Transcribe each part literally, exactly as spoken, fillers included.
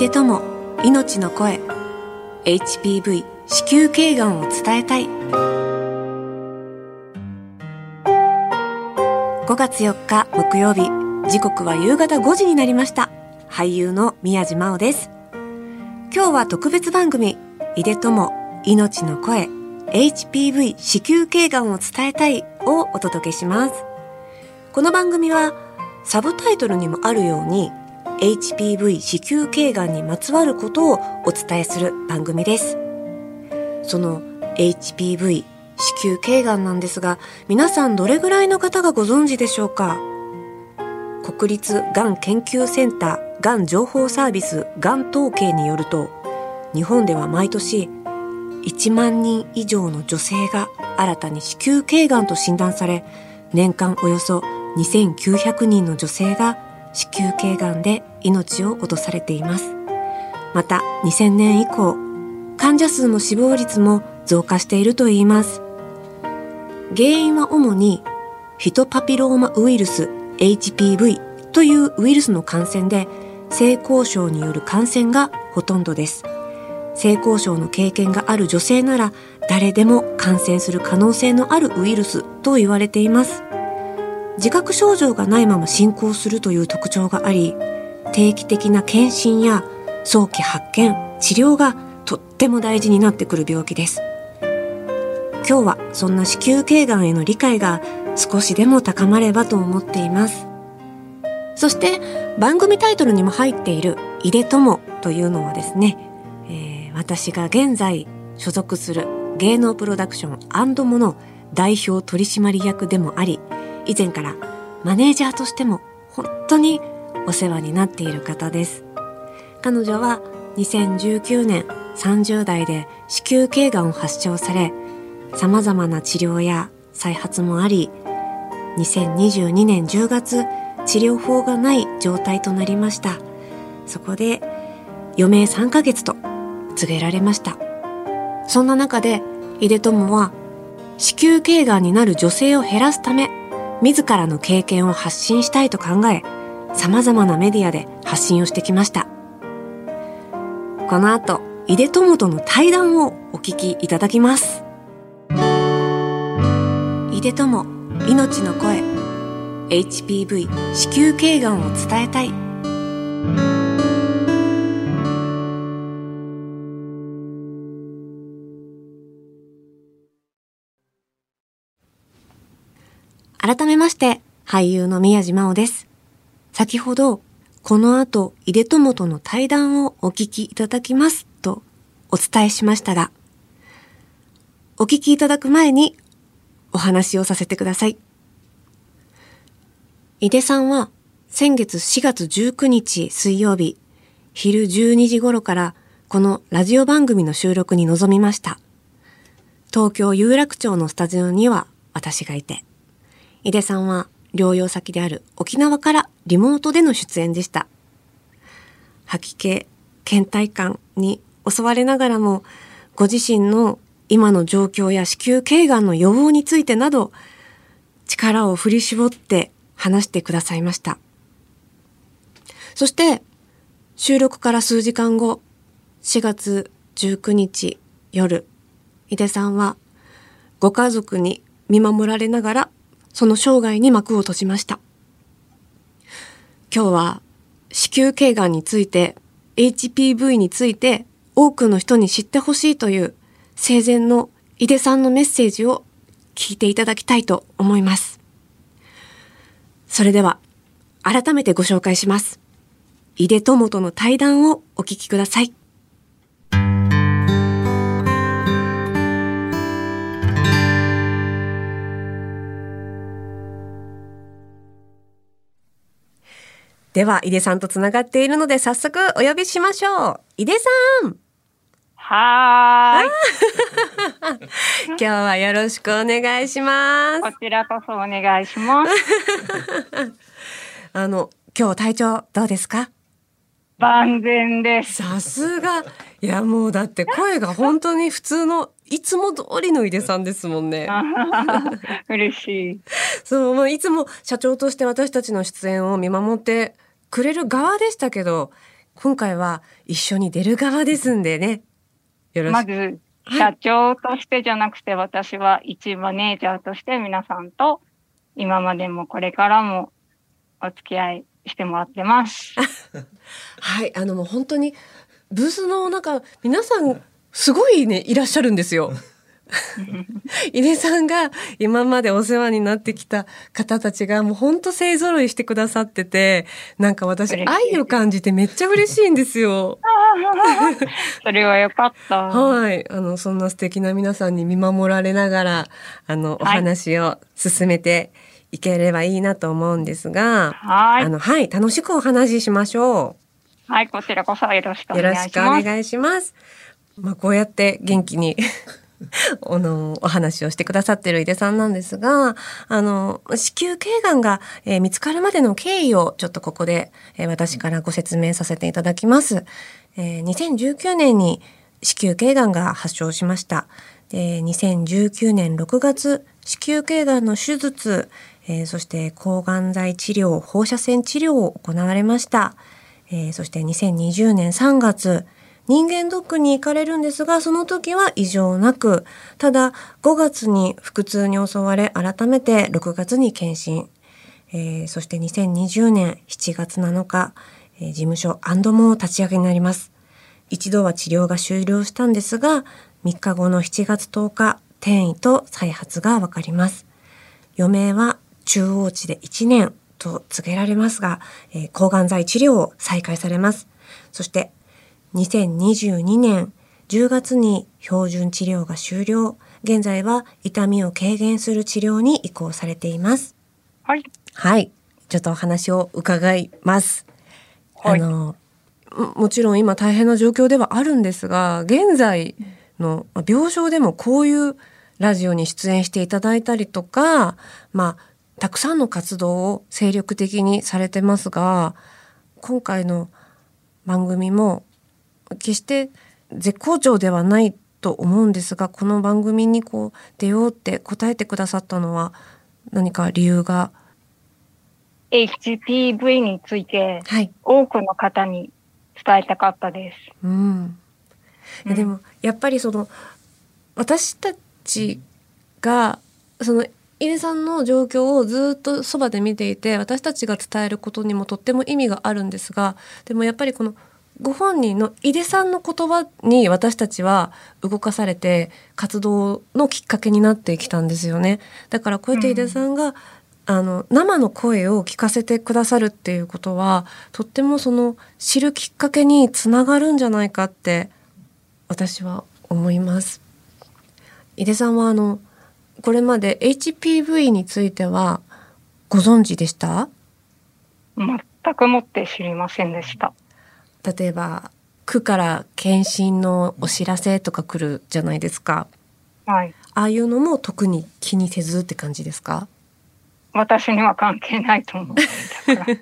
でとも命の声 エイチピーブイ 子宮頸がんを伝えたい。ごがつよっか木曜日、時刻は夕方ごじになりました。俳優の宮地真央です。今日は特別番組いでとも命の声 エイチピーブイ 子宮頸がんを伝えたいをお届けします。この番組はサブタイトルにもあるように エイチピーブイ 子宮頸がんにまつわることをお伝えする番組です。その エイチピーブイ 子宮頸がんなんですが、皆さんどれぐらいの方がご存知でしょうか。国立がん研究センターがん情報サービスがん統計によると、日本では毎年いちまんにん以上の女性が新たに子宮頸がんと診断され、年間およそにせんきゅうひゃくにんの女性が子宮頸がんで命を落とされています。またにせんねん以降、患者数も死亡率も増加しているといいます。原因は主にヒトパピローマウイルス エイチピーブイ というウイルスの感染で、性交渉による感染がほとんどです。性交渉の経験がある女性なら誰でも感染する可能性のあるウイルスと言われています。自覚症状がないまま進行するという特徴があり、定期的な検診や早期発見、治療がとっても大事になってくる病気です。今日はそんな子宮頸がんへの理解が少しでも高まればと思っています。そして番組タイトルにも入っているいでともというのはですね、えー、私が現在所属する芸能プロダクション&モの代表取締役でもあり、以前からマネージャーとしても本当にお世話になっている方です。彼女はにせんじゅうきゅうねんさんじゅう代で子宮頸がんを発症され、様々な治療や再発もあり、にせんにじゅうにねんじゅうがつ治療法がない状態となりました。そこで余命さんかげつと告げられました。そんな中でいでともは子宮頸がんになる女性を減らすため、自らの経験を発信したいと考え、様々なメディアで発信をしてきました。この後いでともとの対談をお聞きいただきます。いでとも命の声 エイチピーブイ 子宮頸がんを伝えたい。改めまして俳優の宮地真央です。先ほどこの後いでともとの対談をお聞きいただきますとお伝えしましたが、お聞きいただく前にお話をさせてください。井出さんは先月しがつじゅうくにち水曜日昼じゅうにじ頃からこのラジオ番組の収録に臨みました。東京有楽町のスタジオには私がいて、井出さんは療養先である沖縄からリモートでの出演でした。吐き気、倦怠感に襲われながらも、ご自身の今の状況や子宮頸がんの予防についてなど力を振り絞って話してくださいました。そして収録から数時間後、しがつじゅうくにち夜、井出さんはご家族に見守られながらその生涯に幕を閉じました。今日は子宮頸がんについて、 エイチピーブイ について多くの人に知ってほしいという生前の井出さんのメッセージを聞いていただきたいと思います。それでは改めてご紹介します。井出ともとの対談をお聞きください。では井出さんとつながっているので早速お呼びしましょう。井出さん。 はーい。 今日はよろしくお願いします。 こちらこそお願いします。 あの今日体調どうですか？ 万全です。 さすが。いやもうだって声が本当に普通のいつも通りの井出さんですもんね。 嬉しい。 そう、もういつも社長として私たちの出演を見守ってくれる側でしたけど、 今回は一緒に出る側ですんでね。よろしく。 まず、社長としてじゃなくて、はい、私は一マネージャーとして皆さんと今までもこれからもお付き合いしてもらってます。 はい、あのもう本当にブースの中皆さんすごいねいらっしゃるんですよ。井出さんが今までお世話になってきた方たちがもう本当勢ぞろいしてくださってて、なんか私愛を感じてめっちゃ嬉しいんですよ。 それはよかった。 はい、あのそんな素敵な皆さんに見守られながらあのお話を進めていければいいなと思うんですが、 はい、 あのはい楽しくお話ししましょう。はい、こちらこそよろしくお願いします。 よろしくお願いします。まあこうやって元気にあのお話をしてくださっている井出さんなんですが、あの子宮頸がんが、えー、見つかるまでの経緯をちょっとここで、えー、私からご説明させていただきます。えー、にせんじゅうきゅうねんに子宮頸がんが発症しました。でにせんじゅうきゅうねんろくがつ子宮頸がんの手術、えー、そして抗がん剤治療、放射線治療を行われました。えー、そしてにせんにじゅうねんさんがつ人間ドックに行かれるんですが、その時は異常なく、ただごがつに腹痛に襲われ、改めてろくがつに検診、えー、そしてにせんにじゅうねんしちがつなのか、えー、事務所アンドも立ち上げになります。一度は治療が終了したんですが、みっかごのしちがつとおか、転移と再発がわかります。余命は中央値でいちねんと告げられますが、えー、抗がん剤治療を再開されます。そしてにせんにじゅうにねんじゅうがつに標準治療が終了。現在は痛みを軽減する治療に移行されています。 はい。 はい。ちょっとお話を伺います。はい、あの、もちろん今大変な状況ではあるんですが、現在の病床でもこういうラジオに出演していただいたりとか、まあ、たくさんの活動を精力的にされてますが、今回の番組も決して絶好調ではないと思うんですが、この番組にこう出ようって答えてくださったのは何か理由が？ エイチピーブイ について多くの方に伝えたかったです。 はい、うん、でもやっぱりその私たちがその井出さんの状況をずっとそばで見ていて、私たちが伝えることにもとっても意味があるんですが、でもやっぱりこのご本人の井出さんの言葉に私たちは動かされて活動のきっかけになってきたんですよね。だからこうやって井出さんが、うん、あの生の声を聞かせてくださるっていうことはとってもその知るきっかけにつながるんじゃないかって私は思います。井出さんはあのこれまで エイチピーブイ についてはご存知でした？ 全くもって知りませんでした。 例えば区から検診のお知らせとか来るじゃないですか。 はい。 ああいうのも特に気にせずって感じですか？ 私には関係ないと思っていたから。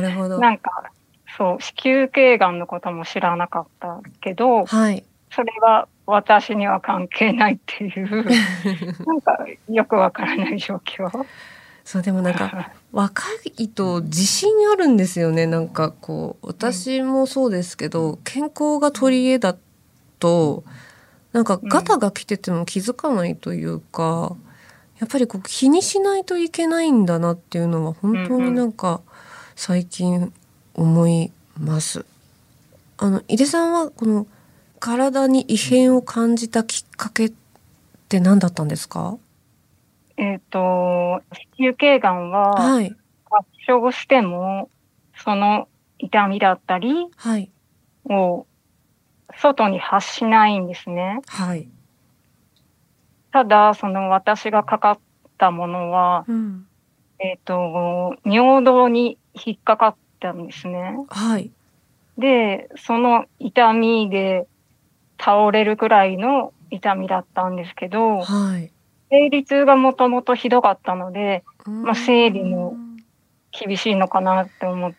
なるほど。 なんかそう子宮頸がんのことも知らなかったけど、 はい、 それは私には関係ないっていうなんかよくわからない状況。 そうでもなんか若いと自信あるんですよね。なんかこう私もそうですけど、健康が取り柄だとなんかガタが来てても気づかないというか、やっぱりこう気にしないといけないんだなっていうのは本当になんか最近思います。あの井出さんはこの体に異変を感じたきっかけって何だったんですか？ えっと、子宮頸がんは、はい、発症しても、その痛みだったりを外に発しないんですね。 はい、 ただ、その私がかかったものは、うん、えっと、尿道に引っかかったんですね。 はい、 で、その痛みで倒れるくらいの痛みだったんですけど、はい、生理痛がもともとひどかったので、まあ、生理も厳しいのかなって思って、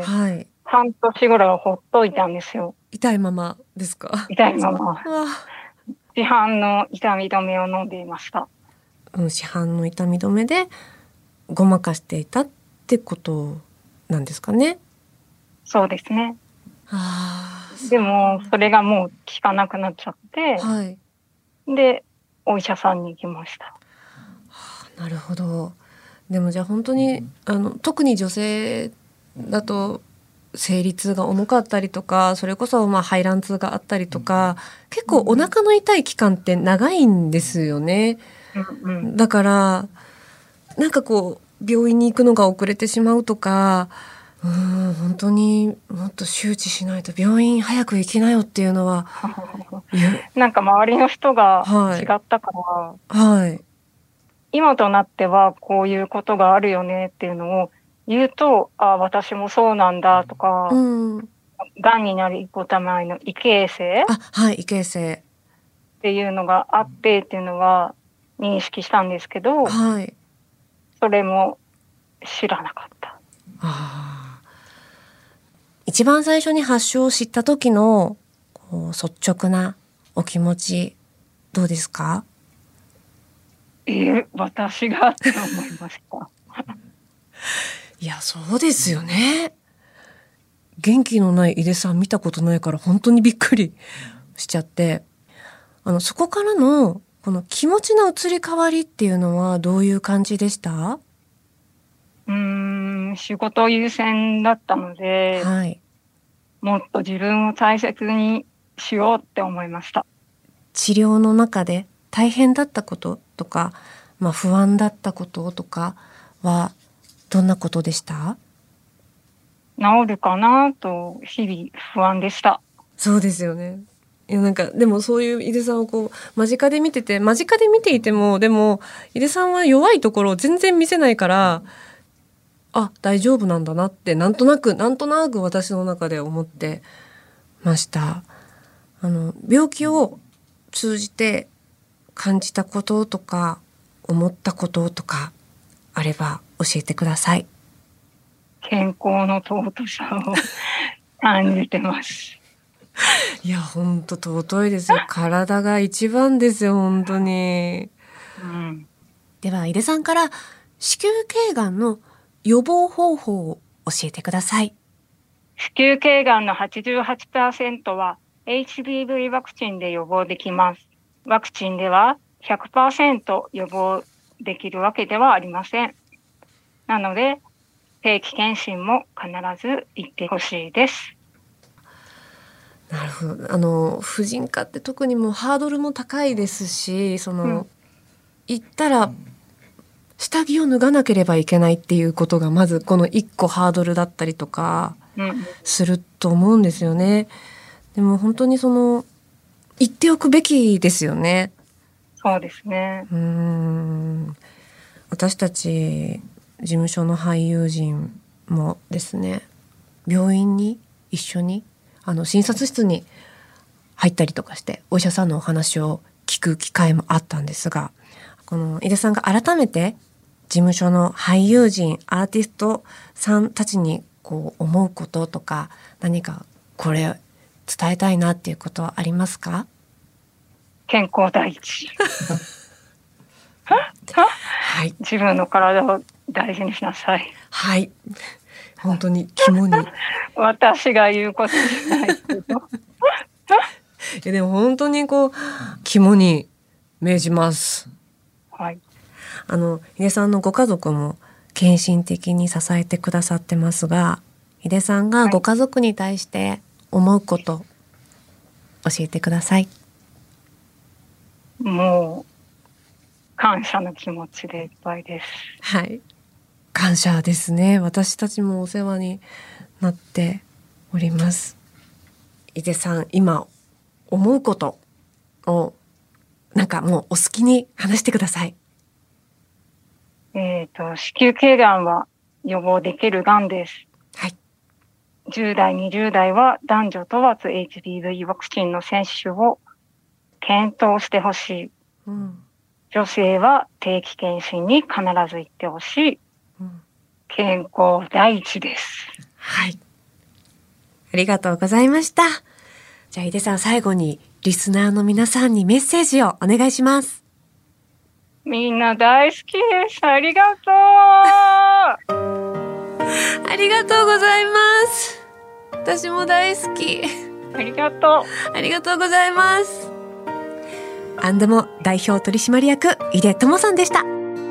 はい、半年ぐらいはほっといたんですよ。 痛いままですか？ 痛いまま。市販の痛み止めを飲んでいました。 うん、市販の痛み止めでごまかしていたってことなんですかね？ そうですね。 あでもそれがもう効かなくなっちゃって、 はい、 でお医者さんに行きました。 はあ、なるほど。でもじゃあ本当にあの特に女性だと生理痛が重かったりとか、それこそまあ排卵痛があったりとか、結構お腹の痛い期間って長いんですよね、 うんうん、 だからなんかこう病院に行くのが遅れてしまうとか、うーん本当にもっと周知しないと、病院早く行きなよっていうのはなんか周りの人が違はいったから、 はい、 今となってはこういうことがあるよねっていうのを言うと、あ、私もそうなんだとか、 うん、 がんになる一歩手前の異形成あ、はい、異形成っていうのがあってっていうのは認識したんですけど、 はい、 それも知らなかった。 あ、一番最初に発症を知った時のこう率直なお気持ちどうですか？ えー、私がって思いました。 いやそうですよね。元気のない井出さん見たことないから本当にびっくりしちゃって、あのそこからのこの気持ちの移り変わりっていうのはどういう感じでした？ うーん、仕事優先だったので、 はい、 もっと自分を大切にしようって思いました。 治療の中で大変だったこととか、まあ、不安だったこととかはどんなことでした？ 治るかなと日々不安でした。 そうですよね。いやなんかでもそういう井出さんをこう間近で見てて間近で見ていても、でも井出さんは弱いところを全然見せないから、あ、大丈夫なんだなってなんとなくなんとなく私の中で思ってました。あの病気を通じて感じたこととか思ったこととかあれば教えてください。 健康の尊さを感じてます。 いや本当尊いですよ。体が一番ですよ本当に。 うん、 では井出さんから子宮頸がんの予防方法を教えてください。 子宮頸がんの はちじゅうはちパーセント は エイチピーブイ ワクチンで予防できます。ワクチンでは ひゃくパーセント 予防できるわけではありません。なので定期検診も必ず行ってほしいです。 なるほど。あの婦人科って特にもうハードルも高いですし、その、うん、行ったら下着を脱がなければいけないっていうことがまずこの一個ハードルだったりとかすると思うんですよね。でも本当にその言っておくべきですよね。 そうですね。 うーん、私たち事務所の俳優陣もですね、病院に一緒にあの診察室に入ったりとかしてお医者さんのお話を聞く機会もあったんですが、この井出さんが改めて事務所の俳優陣アーティストさんたちにこう思うこととか、何かこれ伝えたいなっていうことはありますか？ 健康第一はい、 自分の体を大事にしなさい。 はい、本当に肝に私が言うことじゃないけどいやでも本当にこう肝に銘じます。 はい、 あの井出さんのご家族も献身的に支えてくださってますが、井出さんがご家族に対して思うこと、はい、教えてください。 もう感謝の気持ちでいっぱいです。 はい、感謝ですね。私たちもお世話になっております。井出さん今思うことをなんかもうお好きに話してください。 えっと、子宮頸がんは予防できるがんです。 はい。 じゅう代、にじゅう代は男女問わず エイチピーブイ ワクチンの接種を検討してほしい。うん、女性は定期検診に必ず行ってほしい。うん、健康第一です。 はい。ありがとうございました。じゃあ井出さん最後にリスナーの皆さんにメッセージをお願いします。 みんな大好きです。ありがとうありがとうございます。 私も大好き。 ありがとう。ありがとうございます。アンドモ代表取締役井出智さんでした。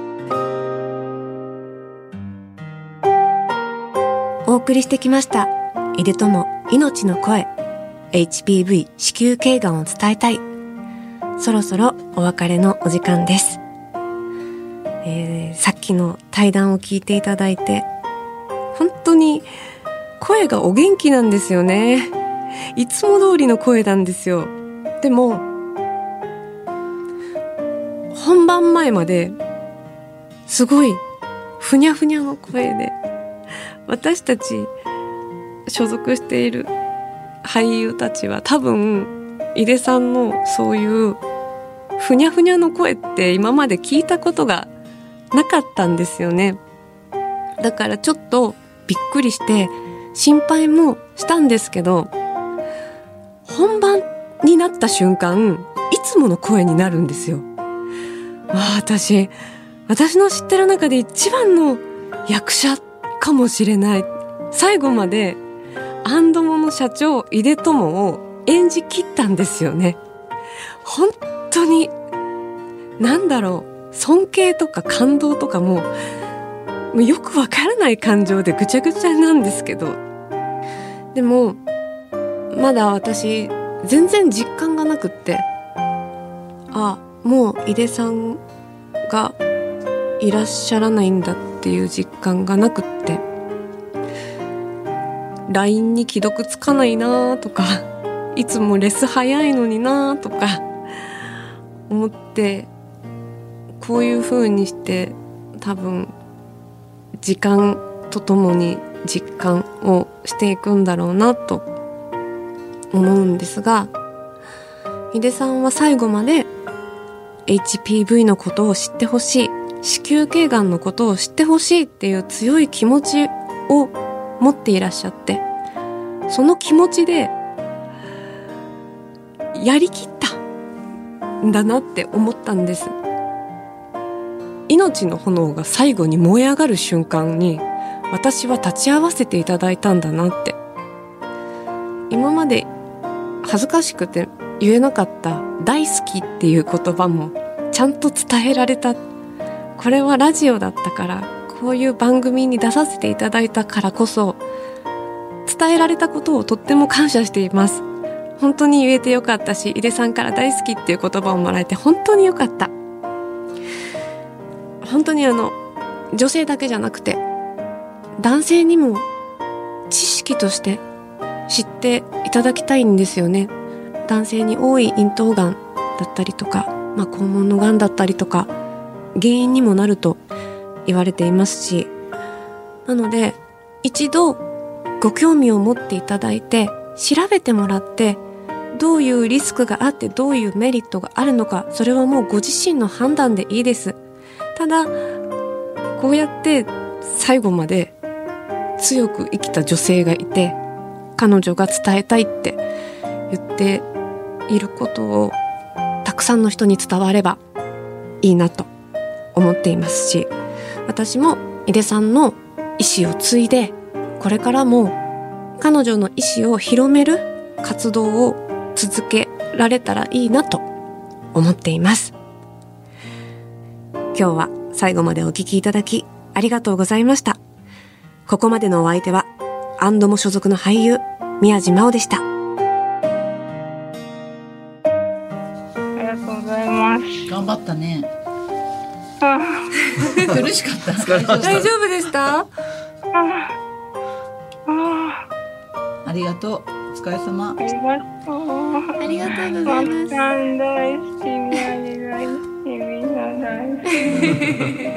お送りしてきました井出智命の声 エイチピーブイ 子宮頸がんを伝えたい。そろそろお別れのお時間です。えー、さっきの対談を聞いていただいて本当に声がお元気なんですよね。いつも通りの声なんですよ。でも本番前まですごいふにゃふにゃの声で、私たち所属している俳優たちは多分井出さんのそういうふにゃふにゃの声って今まで聞いたことがなかったんですよね。だからちょっとびっくりして心配もしたんですけど、本番になった瞬間いつもの声になるんですよ。わあ、私私の知ってる中で一番の役者かもしれない。最後までアンドモの社長井出智を演じ切ったんですよね。本当になんだろう、尊敬とか感動とかももうよくわからない感情でぐちゃぐちゃなんですけど、でもまだ私全然実感がなくって、あ、もう井出さんがいらっしゃらないんだっていう実感がなくって、 ライン に既読つかないなとか、いつもレス早いのになとか思って、こういう風にして多分時間とともに実感をしていくんだろうなと思うんですが、井出さんは最後まで エイチピーブイ のことを知ってほしい、子宮頸がんのことを知ってほしいっていう強い気持ちを持っていらっしゃって、その気持ちでやりきったんだなって思ったんです。命の炎が最後に燃え上がる瞬間に私は立ち会わせていただいたんだなって。今まで恥ずかしくて言えなかった大好きっていう言葉もちゃんと伝えられた。これはラジオだったから、こういう番組に出させていただいたからこそ伝えられたことをとっても感謝しています。本当に言えてよかったし、井出さんから大好きっていう言葉をもらえて本当によかった。本当にあの女性だけじゃなくて男性にも知識として知っていただきたいんですよね。男性に多い咽頭がんだったりとか、まあ、肛門のがんだったりとか原因にもなると言われていますし、なので一度ご興味を持っていただいて調べてもらって、どういうリスクがあってどういうメリットがあるのか、それはもうご自身の判断でいいです。ただこうやって最後まで強く生きた女性がいて、彼女が伝えたいって言っていることをたくさんの人に伝わればいいなと思っていますし、私も井出さんの意思を継いでこれからも彼女の意思を広める活動を続けられたらいいなと思っています。今日は最後までお聞きいただきありがとうございました。ここまでのお相手はアンドモ所属の俳優宮地真央でした。 ありがとうございます。 頑張ったね。苦しかった。 大丈夫でした？ ありがとう。お疲れ様。 ありがとう。 ありがとうございます。 マッちゃん大好き、宮地大好き、みんな大好き。